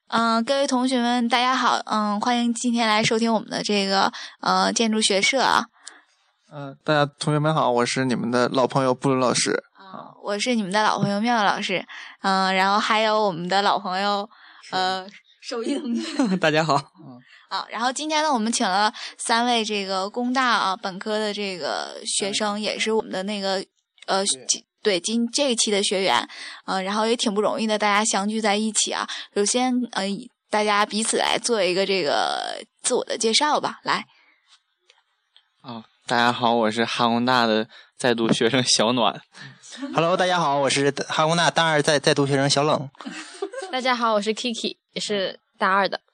各位同学们，大家好，欢迎今天来收听我们的这个建筑学社啊。 大家同学们好，我是你们的老朋友布鲁老师。 我是你们的老朋友妙妙老师。然后还有我们的老朋友手艺同学。 大家好。 然后今天呢，我们请了3位这个工大本科的这个学生，也是我们的那个对这一期的学员，然后也挺不容易的，大家相聚在一起啊。首先大家彼此来做一个这个自我的介绍吧，来。 大家好，我是哈工大的在读学生小暖。 Hello， 大家好，我是哈工大大二在读学生小冷。 大家好，我是 Kiki， 也是大二的。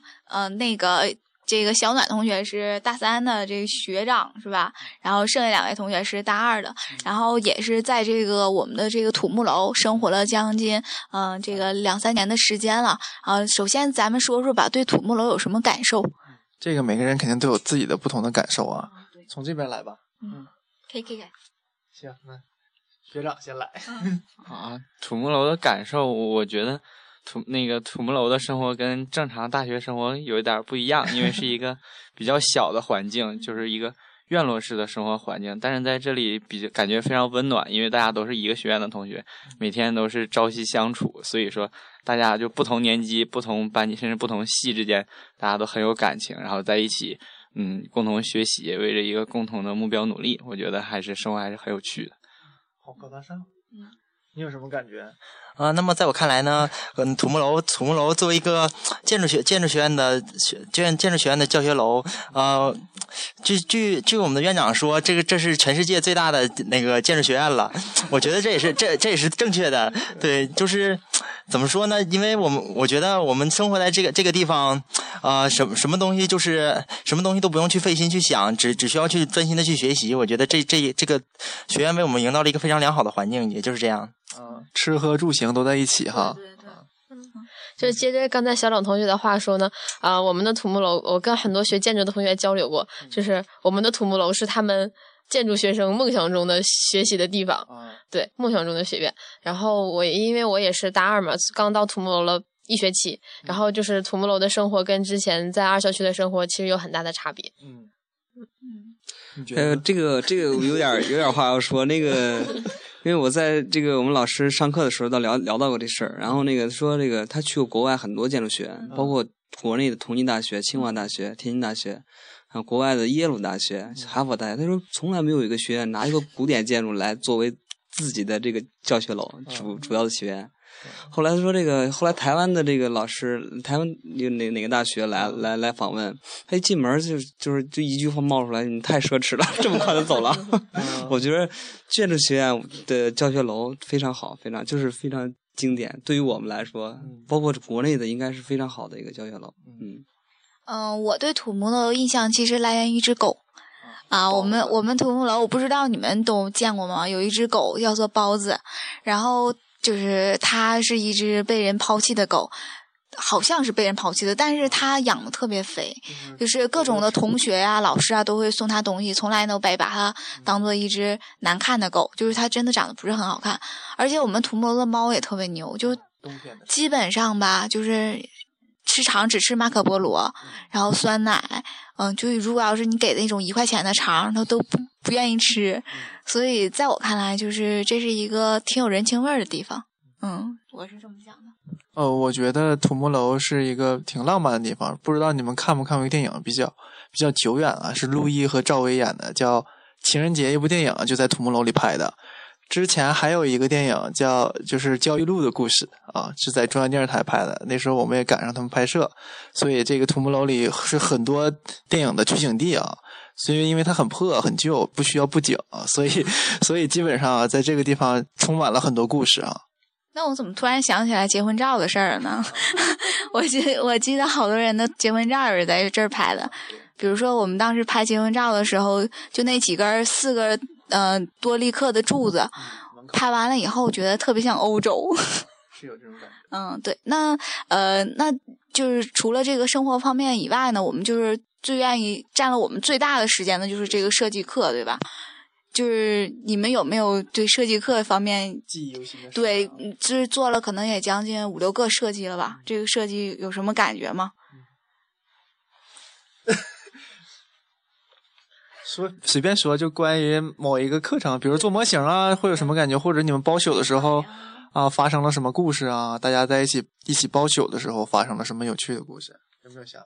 这个小暖同学是大3的这个学长是吧？然后剩下2位同学是大2的，然后也是在这个我们的这个土木楼生活了将近这个2-3年的时间了。首先咱们说说吧，对土木楼有什么感受？ 这个每个人肯定都有自己的不同的感受啊。从这边来吧。 可以。 行，那学长先来。 土木楼的感受，我觉得土木楼的生活跟正常大学生活有一点不一样，因为是一个比较小的环境，就是一个院落式的生活环境，但是在这里感觉非常温暖，因为大家都是一个学院的同学，每天都是朝夕相处，所以说大家就不同年级、不同班级甚至不同系之间，大家都很有感情，然后在一起共同学习，为着一个共同的目标努力，我觉得生活还是很有趣的。 好高大上。你有什么感觉？ 那么在我看来呢，土木楼作为一个建筑学院的教学楼，据我们的院长说，这是全世界最大的那个建筑学院了。我觉得这也是正确的。对，就是怎么说呢？因为我觉得我们生活在这个地方，什么东西都不用去费心去想，只需要去专心的去学习。我觉得这个学院为我们营造了一个非常良好的环境，也就是这样。 吃喝住行都在一起哈。 对。就是接着刚才小冷同学的话说呢，我们的土木楼，我跟很多学建筑的同学交流过，就是我们的土木楼是他们建筑学生梦想中的学习的地方，对，梦想中的学院。然后因为我也是大2嘛，刚到土木楼了1学期，然后就是土木楼的生活跟之前在2校区的生活其实有很大的差别。 这个有点话要说，那个因为我在这个我们老师上课的时候聊到过这事儿，然后说他去过国外很多建筑学院，包括国内的同济大学、清华大学、天津大学，还有国外的耶鲁大学、哈佛大学。他说从来没有一个学院拿一个古典建筑来作为自己的这个教学楼主要的学院。后来他说后来台湾的这个老师，台湾哪个大学来访问，他一进门就一句话冒出来，你太奢侈了，这么快就走了。我觉得建筑学院的教学楼非常好，非常经典，对于我们来说，包括国内的应该是非常好的一个教学楼。 我对土木楼印象其实来源于一只狗。我们土木楼，我不知道你们都见过吗？有一只狗叫做包子，然后就是它是一只被人抛弃的狗，好像是被人抛弃的，但是它养的特别肥，就是各种的同学啊、老师啊都会送它东西，从来都别把它当做一只难看的狗，就是它真的长得不是很好看。而且我们土木楼的猫也特别牛，就基本上吧，就是吃肠只吃马可波罗，然后酸奶，就如果要是你给的那种1块钱的肠，它都不愿意吃。所以在我看来，就是这是一个挺有人情味的地方。我是这么想的。 我觉得土木楼是一个挺浪漫的地方。不知道你们看没看过一个电影，比较久远啊，是陆毅和赵薇演的，叫《情人节》，一部电影就在土木楼里拍的。之前还有一个电影就是焦裕禄的故事啊，是在中央电视台拍的。那时候我们也赶上他们拍摄，所以这个土木楼里是很多电影的取景地啊。所以因为它很破很旧，不需要布景啊，所以基本上在这个地方充满了很多故事啊。 那我怎么突然想起来结婚照的事儿呢？我记得好多人的结婚照也是在这儿拍的。比如说我们当时拍结婚照的时候，就那几根4个多利克的柱子，拍完了以后觉得特别像欧洲。 是有这种感觉。 对，那就是除了这个生活方面以外呢，我们就是最愿意占了我们最大的时间的就是这个设计课，对吧？ 就是你们有没有对设计课方面记忆犹新的？ 对，就是做了可能也将近5、6个设计了吧？这个设计有什么感觉吗？ 说随便说，就关于某一个课程，比如做模型啊，会有什么感觉？或者你们包宿的时候啊，发生了什么故事啊？大家在一起包宿的时候发生了什么有趣的故事？有没有想法？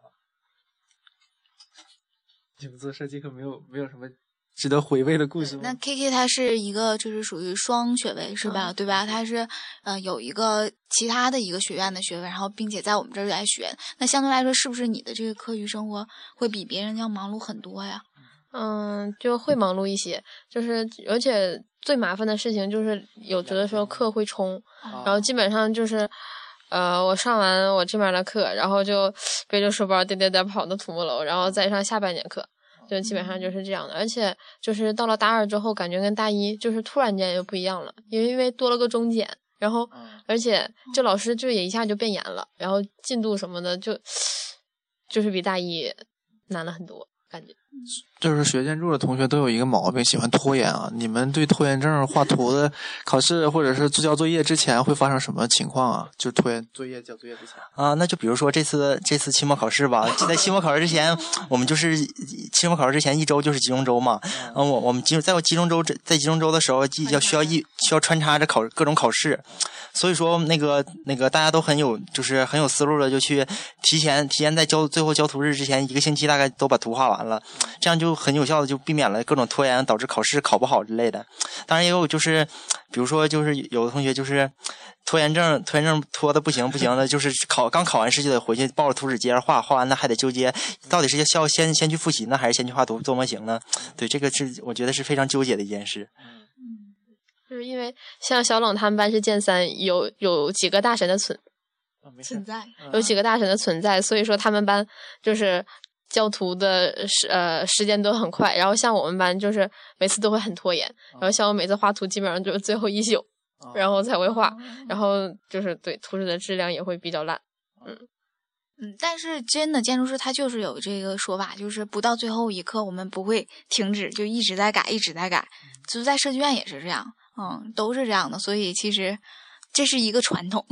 你们做设计课没有什么值得回味的故事吗？ 那 KK 它是一个就是属于双学位是吧？对吧？它是有一个其他的一个学院的学位，然后并且在我们这儿来学。那相对来说，是不是你的这个课余生活会比别人要忙碌很多呀？ 就会忙碌一些，就是而且最麻烦的事情就是有的时候课会冲，然后基本上就是我上完我这边的课，然后就背着书包颠跑到土木楼，然后再上下半年课，就基本上就是这样的。而且就是到了大2之后，感觉跟大1就是突然间又不一样了，因为多了个中检，然后而且就老师就也一下就变严了，然后进度什么的就是比大1难了很多，感觉。 就是学建筑的同学都有一个毛病，喜欢拖延啊。你们对拖延症画图的考试或者是交作业之前会发生什么情况啊？就拖延作业交作业之前啊，那就比如说这次期末考试吧，在期末考试之前，我们就是期末考试之前1周就是集中周嘛。我们在集中周的时候，需要穿插着各种考试，所以说那个大家都很有思路的，就去提前在最后交图日之前1个星期大概都把图画完了。这样就很有效的就避免了各种拖延导致考试考不好之类的。当然也有就是比如说就是有的同学就是拖延症拖的不行的，就是刚考完试就得回去抱着图纸接着画完了还得纠结到底是要先去复习呢还是先去画图做模型呢？对，这个是我觉得是非常纠结的一件事。 就是因为像小冷他们班是剑3，有几个大神的存在，有几个大神的存在，所以说他们班就是交图的时间都很快，然后像我们班就是每次都会很拖延，然后像我每次画图基本上就是最后1宿，然后才会画，然后就是对图纸的质量也会比较烂。 但是真的建筑师他就是有这个说法，就是不到最后一刻我们不会停止，就一直在改，就是在设计院也是这样，都是这样的，所以其实这是一个传统。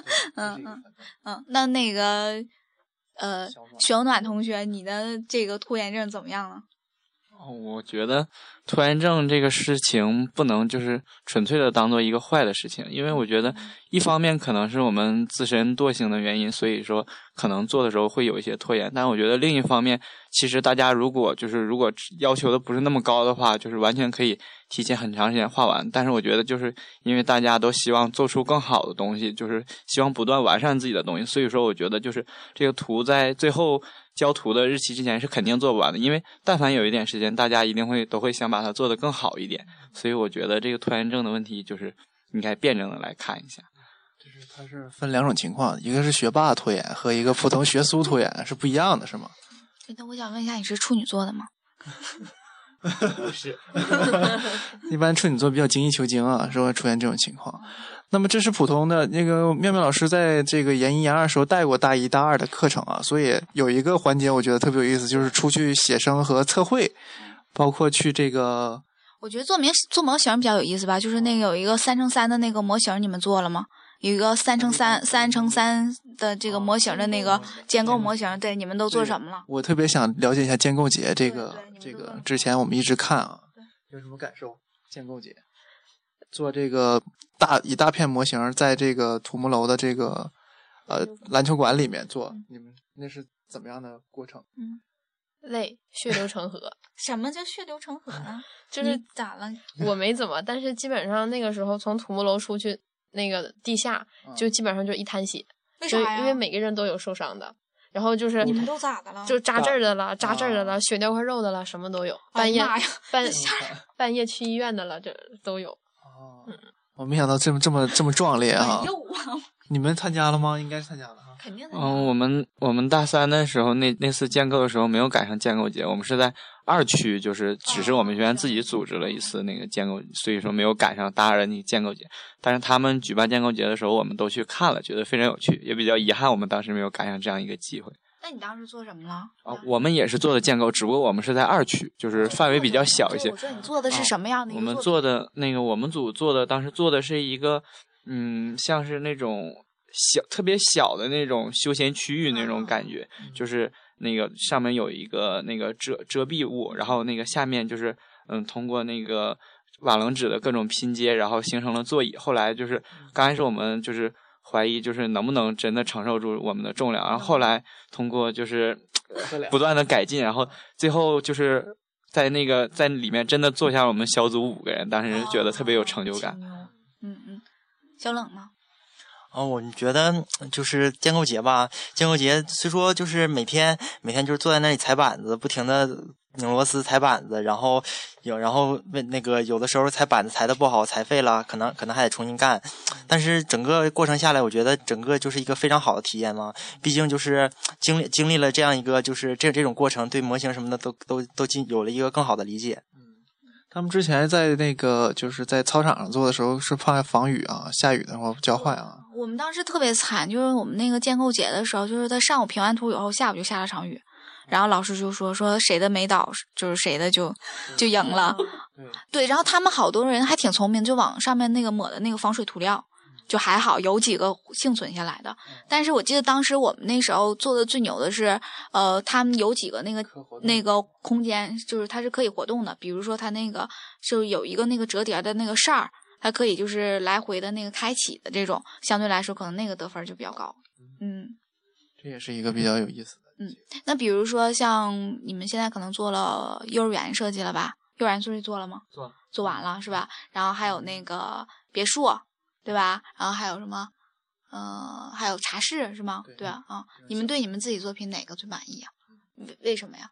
那个小暖同学，你的这个拖延症怎么样呢？ 我觉得拖延症这个事情不能就是纯粹的当做一个坏的事情，因为我觉得一方面可能是我们自身惰性的原因，所以说可能做的时候会有一些拖延，但我觉得另一方面其实大家如果要求的不是那么高的话，就是完全可以提前很长时间画完。但是我觉得就是因为大家都希望做出更好的东西，就是希望不断完善自己的东西，所以说我觉得就是这个图在最后交图的日期之前是肯定做不完的，因为但凡有一点时间，大家一定都会想把它做得更好一点，所以我觉得这个拖延症的问题就是应该辩证的来看一下。 就是它是分2种情况，一个是学霸拖延和一个普通学苏拖延是不一样的，是吗？ 那我想问一下，你是处女座的吗？ 不是，一般处女座比较精益求精啊，是会出现这种情况。那么这是普通的，那个妙妙老师在这个研1研2时候带过大1大2的课程啊，所以有一个环节我觉得特别有意思，就是出去写生和测绘，包括去这个。 我觉得做模型比较有意思吧，就是那个有一个3×3的那个模型，你们做了吗？有一个3×3的这个模型的那个建构模型，对，你们都做什么了？ 我特别想了解一下建构节这个之前我们一直看啊，有什么感受？建构节做这个一大片模型，在这个土木楼的这个篮球馆里面做，你们那是怎么样的过程？ 累，血流成河。 什么叫血流成河呢？ 就是咋了？ 我没怎么，但是基本上那个时候从土木楼出去那个地下，就基本上就一滩血。 为啥呀？ 因为每个人都有受伤的，然后就是你们都咋的了？ 就扎这儿的了，扎这儿的了，血掉块肉的了，什么都有。半夜去医院的了，这都有。 我没想到这么壮烈啊！你们参加了吗？应该参加了哈。 肯定参加了。 我们大3的时候那次建构的时候没有赶上建构节，我们是在2区，就是只是我们学院自己组织了一次那个建构，所以说没有赶上大2的那个建构节。但是他们举办建构节的时候，我们都去看了，觉得非常有趣，也比较遗憾我们当时没有赶上这样一个机会。 那你当时做什么了？ 啊，我们也是做的建构，只不过我们是在2区，就是范围比较小一些。 我说你做的是什么样的？ 我们做的那个，我们组做的当时做的是一个，像是那种特别小的那种休闲区域那种感觉，就是那个上面有一个那个遮蔽物，然后那个下面就是通过那个瓦楞纸的各种拼接，然后形成了座椅。后来就是刚开始我们就是怀疑就是能不能真的承受住我们的重量，然后后来通过就是不断的改进，然后最后就是在里面真的坐下了我们小组5个人，当时觉得特别有成就感。 小冷呢？ 我觉得就是建构节吧，建构节虽说就是每天就是坐在那里踩板子，不停的拧螺丝踩板子，然后那个有的时候踩板子踩的不好，踩废了，可能还得重新干。但是整个过程下来，我觉得整个就是一个非常好的体验嘛。毕竟就是经历了这样一个就是这种过程，对模型什么的都有了一个更好的理解。 他们之前在那个就是在操场上做的时候是怕防雨啊，下雨的时候浇坏啊。 我们当时特别惨，就是我们那个建构节的时候，就是他上午评完图以后，下午就下了场雨，然后老师就说谁的没倒，就是谁的就赢了。对，然后他们好多人还挺聪明，就往上面那个抹的那个防水涂料。就还好，有几个幸存下来的。但是我记得当时我们那时候做的最牛的是，他们有几个那个空间，就是它是可以活动的。比如说它那个就有一个那个折叠的那个扇儿，它可以就是来回的那个开启的这种，相对来说可能那个得分就比较高。 这也是一个比较有意思的。 那比如说像你们现在可能做了幼儿园设计了吧？幼儿园设计做了吗？做完了是吧？然后还有那个别墅。对吧？然后还有什么？还有茶室是吗？对啊，你们对你们自己作品哪个最满意啊？为什么呀？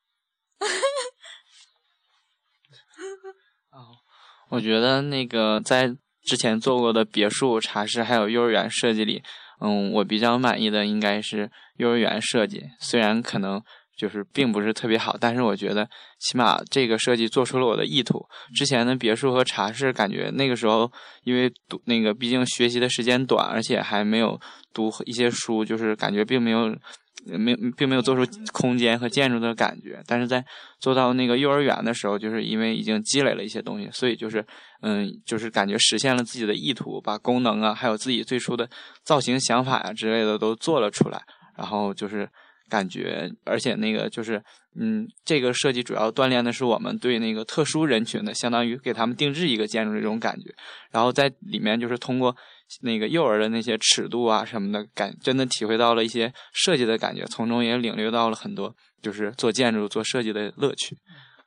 我觉得那个在之前做过的别墅、茶室还有幼儿园设计里，我比较满意的应该是幼儿园设计，虽然可能就是并不是特别好，但是我觉得起码这个设计做出了我的意图。之前的别墅和茶室感觉那个时候因为那个毕竟学习的时间短，而且还没有读一些书，就是感觉并没有做出空间和建筑的感觉。但是在做到那个幼儿园的时候，就是因为已经积累了一些东西，所以就是就是感觉实现了自己的意图，把功能啊还有自己最初的造型想法啊之类的都做了出来，然后就是感觉，而且那个就是这个设计主要锻炼的是我们对那个特殊人群的，相当于给他们定制一个建筑这种感觉，然后在里面就是通过那个幼儿的那些尺度啊什么的真的体会到了一些设计的感觉，从中也领略到了很多就是做建筑做设计的乐趣。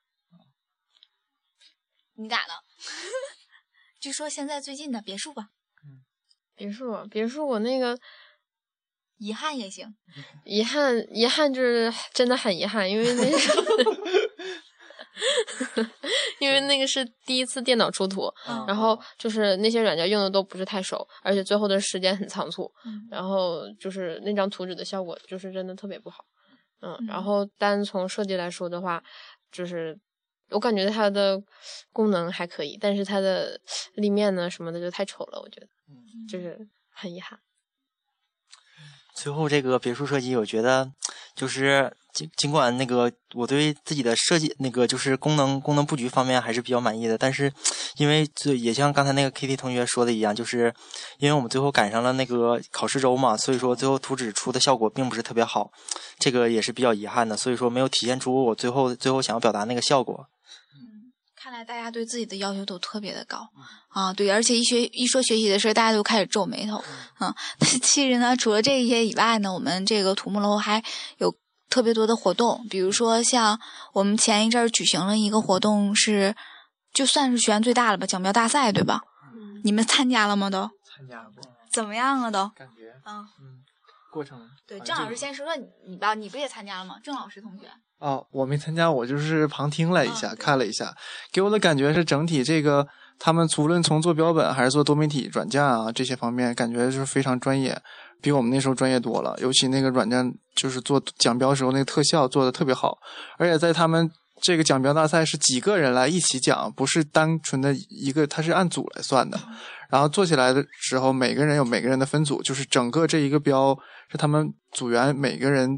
你咋了？就说现在最近的别墅吧。 别墅我那个遗憾也行。 遗憾就是真的很遗憾，因为那因为那个是第一次电脑出图，然后就是那些软件用的都不是太熟，而且最后的时间很仓促，然后就是那张图纸的效果就是真的特别不好。然后单从设计来说的话，就是我感觉它的功能还可以，但是它的立面呢什么的就太丑了，我觉得就是很遗憾。 最后这个别墅设计，我觉得就是尽管那个我对自己的设计那个就是功能布局方面还是比较满意的，但是因为也像刚才那个 KT 同学说的一样，就是因为我们最后赶上了那个考试周嘛，所以说最后图纸出的效果并不是特别好，这个也是比较遗憾的，所以说没有体现出我最后想要表达那个效果。 看来大家对自己的要求都特别的高啊，对，而且一说学习的事，大家都开始皱眉头。其实呢，除了这些以外呢，我们这个土木楼还有特别多的活动，比如说像我们前一阵儿举行了一个活动，就算是学院最大了吧，奖标大赛，对吧？你们参加了吗？都参加过， 怎么样了都？ 感觉过程对，郑老师先说说你吧，你不也参加了吗？郑老师同学。 我没参加，我就是旁听了一下，看了一下，给我的感觉是整体这个他们无论从做标本还是做多媒体软件啊这些方面，感觉就是非常专业，比我们那时候专业多了。尤其那个软件就是做奖标时候那个特效做的特别好，而且在他们这个奖标大赛是几个人来一起讲，不是单纯的一个，它是按组来算的。然后做起来的时候，每个人有每个人的分组，就是整个这一个标是他们组员每个人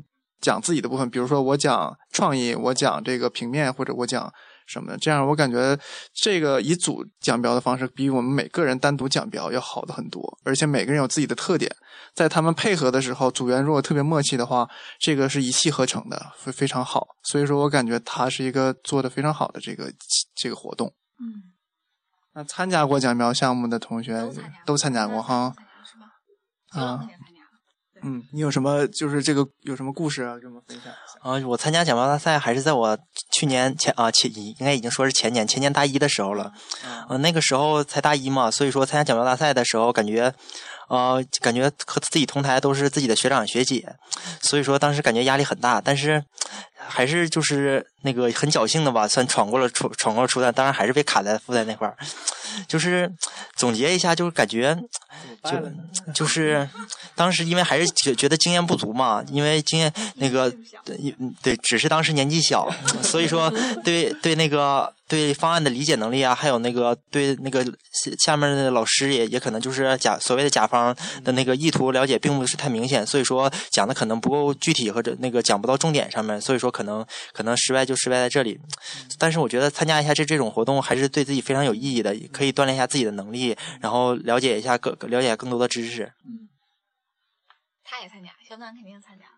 讲自己的部分，比如说我讲创意，我讲这个平面，或者我讲什么的，这样我感觉这个以组讲标的方式比我们每个人单独讲标要好的很多，而且每个人有自己的特点，在他们配合的时候，组员如果特别默契的话，这个是一气呵成的，会非常好。所以说我感觉它是一个做得非常好的这个活动。那参加过讲标项目的同学都参加过哈，啊。你有什么就是这个有什么故事啊，跟我们分享一下？ 我参加讲标大赛还是在我去年应该已经说是前年大一的时候了。那个时候才大一嘛，所以说参加讲标大赛的时候，感觉和自己同台都是自己的学长学姐，所以说当时感觉压力很大，但是还是就是那个很侥幸的吧，算闯过了初赛，当然还是被卡在复赛那块儿。就是总结一下，就是感觉就是当时因为还是觉得经验不足嘛，因为经验那个对，只是当时年纪小，所以说对那个对方案的理解能力啊，还有那个对那个下面的老师也可能就是所谓的甲方的那个意图了解并不是太明显，所以说讲的可能不够具体，或者那个讲不到重点上面，所以说可能失败就失败在这里。但是我觉得参加一下这种活动还是对自己非常有意义的，可以锻炼一下自己的能力，然后了解更多的知识。 他也参加，小暖肯定参加。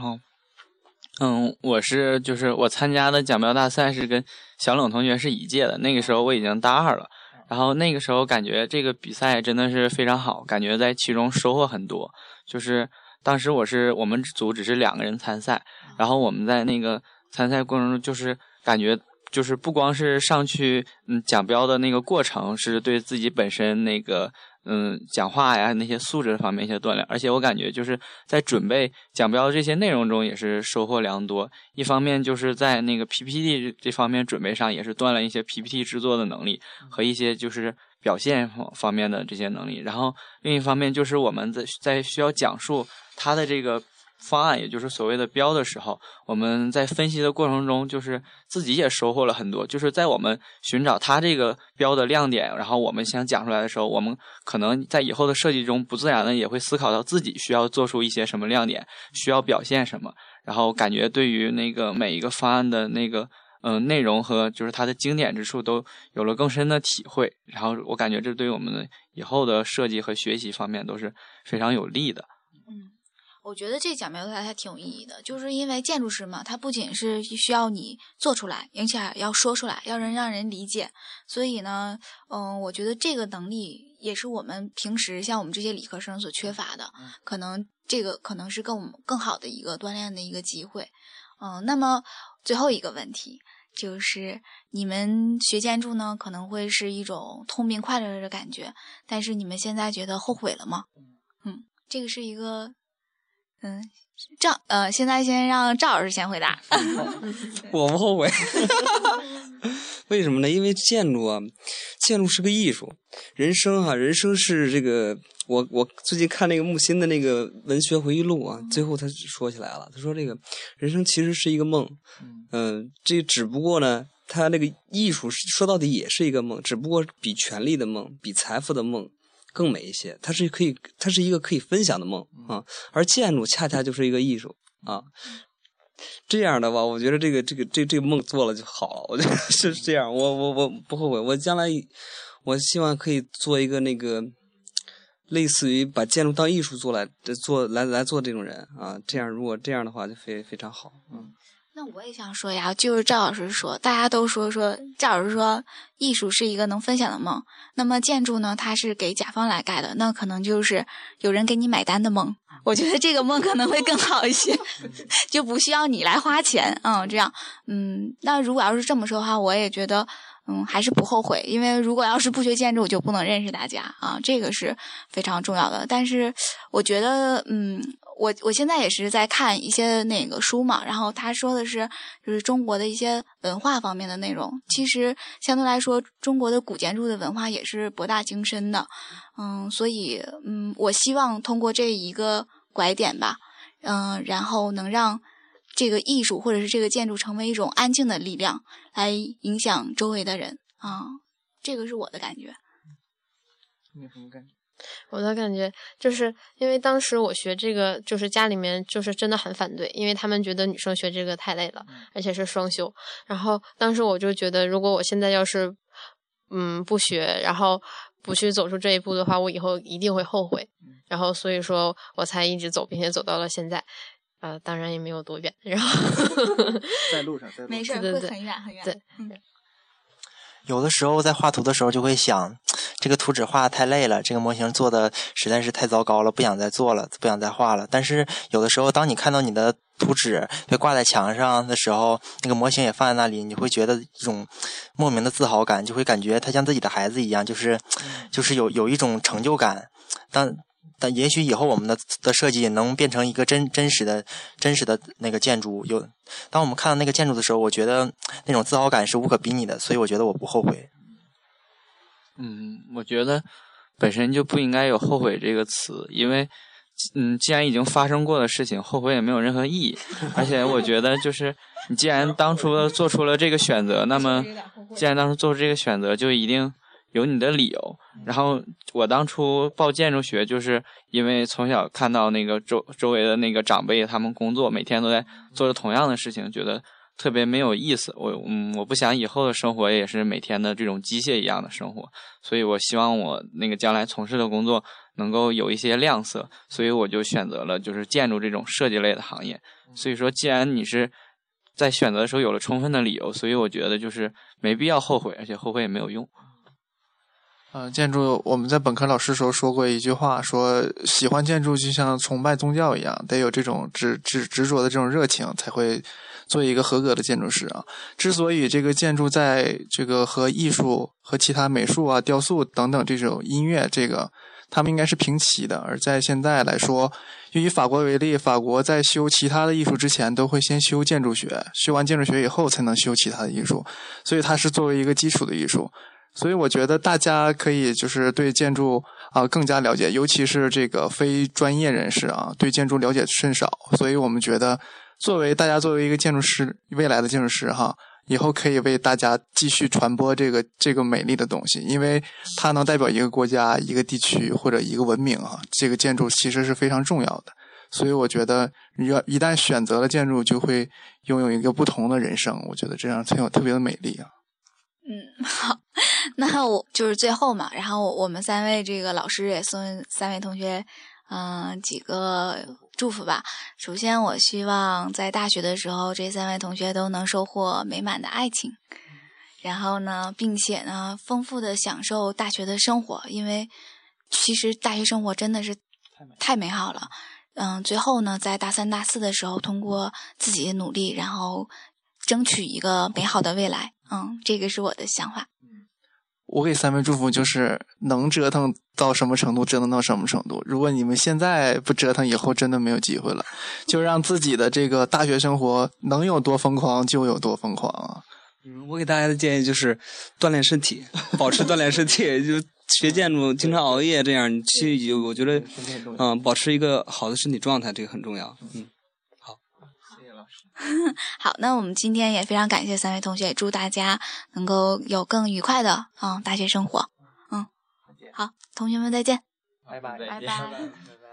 我参加的讲标大赛是跟小冷同学是一届的，那个时候我已经大2了，然后那个时候感觉这个比赛真的是非常好，感觉在其中收获很多。就是当时我们组只是2个人参赛，然后我们在那个参赛过程中就是感觉就是不光是上去讲标的那个过程是对自己本身那个讲话呀那些素质方面一些锻炼，而且我感觉就是在准备讲标这些内容中也是收获良多。一方面就是在那个 PPT 这方面准备上也是锻炼一些 PPT 制作的能力和一些就是表现方面的这些能力，然后另一方面就是我们在需要讲述它的这个方案，也就是所谓的标的时候，我们在分析的过程中就是自己也收获了很多，就是在我们寻找它这个标的亮点，然后我们想讲出来的时候，我们可能在以后的设计中不自然的也会思考到自己需要做出一些什么亮点，需要表现什么，然后感觉对于那个每一个方案的那个内容和就是它的经典之处都有了更深的体会，然后我感觉这对我们的以后的设计和学习方面都是非常有利的。 我觉得这讲标大赛挺有意义的，就是因为建筑师嘛，它不仅是需要你做出来，而且要说出来，要让人理解。所以呢，我觉得这个能力也是我们平时像我们这些理科生所缺乏的，可能这个可能是我们更好的一个锻炼的一个机会。那么最后一个问题就是，你们学建筑呢，可能会是一种痛并快乐的感觉，但是你们现在觉得后悔了吗？这个是一个。现在先让赵老师先回答。 我不后悔。为什么呢？因为建筑是个艺术，人生是这个。我最近看那个木心的那个文学回忆录啊，最后他说起来了，他说这个人生其实是一个梦，这只不过呢，他那个艺术说到底也是一个梦，只不过比权力的梦，比财富的梦更美一些，它是一个可以分享的梦啊，而建筑恰恰就是一个艺术啊。这样的吧，我觉得这个梦做了就好了，我觉得是这样，我不后悔，我将来我希望可以做一个那个类似于把建筑当艺术来做这种人啊，这样如果这样的话就非常好。 那我也想说呀，就是赵老师说，大家都说赵老师说艺术是一个能分享的梦，那么建筑呢，它是给甲方来盖的，那可能就是有人给你买单的梦。我觉得这个梦可能会更好一些，就不需要你来花钱，这样，那如果要是这么说的话，我也觉得，还是不后悔，因为如果要是不学建筑，我就不能认识大家啊，这个是非常重要的。但是我觉得，我现在也是在看一些那个书嘛，然后他说的是就是中国的一些文化方面的内容。其实相对来说，中国的古建筑的文化也是博大精深的，所以我希望通过这一个拐点吧，然后能让这个艺术或者是这个建筑成为一种安静的力量，来影响周围的人啊，这个是我的感觉。 你有什么感觉？ 我的感觉就是因为当时我学这个，就是家里面就是真的很反对，因为他们觉得女生学这个太累了，而且是双修。然后当时我就觉得，如果我现在要是不学，然后不去走出这一步的话，我以后一定会后悔。然后所以说我才一直走，并且走到了现在。当然也没有多远，然后在路上， 没事， 对会很远很远。 对， 有的时候在画图的时候就会想，这个图纸画太累了，这个模型做的实在是太糟糕了，不想再做了，不想再画了。但是有的时候，当你看到你的图纸被挂在墙上的时候，那个模型也放在那里，你会觉得一种莫名的自豪感，就会感觉它像自己的孩子一样，就是有一种成就感。但也许以后我们的设计能变成一个真实的那个建筑。当我们看到那个建筑的时候，我觉得那种自豪感是无可比拟的，所以我觉得我不后悔。 我觉得本身就不应该有后悔这个词，因为既然已经发生过的事情，后悔也没有任何意义。而且我觉得就是你既然当初做出了这个选择，那么既然当初做出这个选择，就一定有你的理由。然后我当初报建筑学，就是因为从小看到那个周围的那个长辈他们工作，每天都在做着同样的事情，觉得特别没有意思。我不想以后的生活也是每天的这种机械一样的生活，所以我希望我那个将来从事的工作能够有一些亮色，所以我就选择了就是建筑这种设计类的行业。所以说既然你是在选择的时候有了充分的理由，所以我觉得就是没必要后悔，而且后悔也没有用。 建筑我们在本科老师时候说过一句话，说喜欢建筑就像崇拜宗教一样，得有这种执着的这种热情，才会做一个合格的建筑师啊。之所以这个建筑在这个和艺术和其他美术啊、雕塑等等这种音乐，这个他们应该是平齐的。而在现在来说，就以法国为例，法国在修其他的艺术之前都会先修建筑学，修完建筑学以后才能修其他的艺术，所以它是作为一个基础的艺术。所以我觉得大家可以就是对建筑更加了解，尤其是这个非专业人士对建筑了解甚少。所以我们觉得大家作为一个建筑师，未来的建筑师以后可以为大家继续传播这个美丽的东西，因为它能代表一个国家、一个地区或者一个文明这个建筑其实是非常重要的。所以我觉得一旦选择了建筑，就会拥有一个不同的人生，我觉得这样才有特别的美丽好，那我就是最后嘛，然后我们3位这个老师也送3位同学几个祝福吧。首先我希望在大学的时候这3位同学都能收获美满的爱情，然后呢并且呢丰富的享受大学的生活，因为其实大学生活真的是太美好了。最后呢在大3大4的时候通过自己的努力，然后争取一个美好的未来。这个是我的想法。 我给3位祝福就是能折腾到什么程度折腾到什么程度，如果你们现在不折腾，以后真的没有机会了。就让自己的这个大学生活能有多疯狂就有多疯狂我给大家的建议就是锻炼身体，保持锻炼身体，就学建筑经常熬夜，这样我觉得保持一个好的身体状态，这个很重要。 好，那我们今天也非常感谢3位同学，祝大家能够有更愉快的大学生活。好，同学们再见， 拜拜。 拜拜。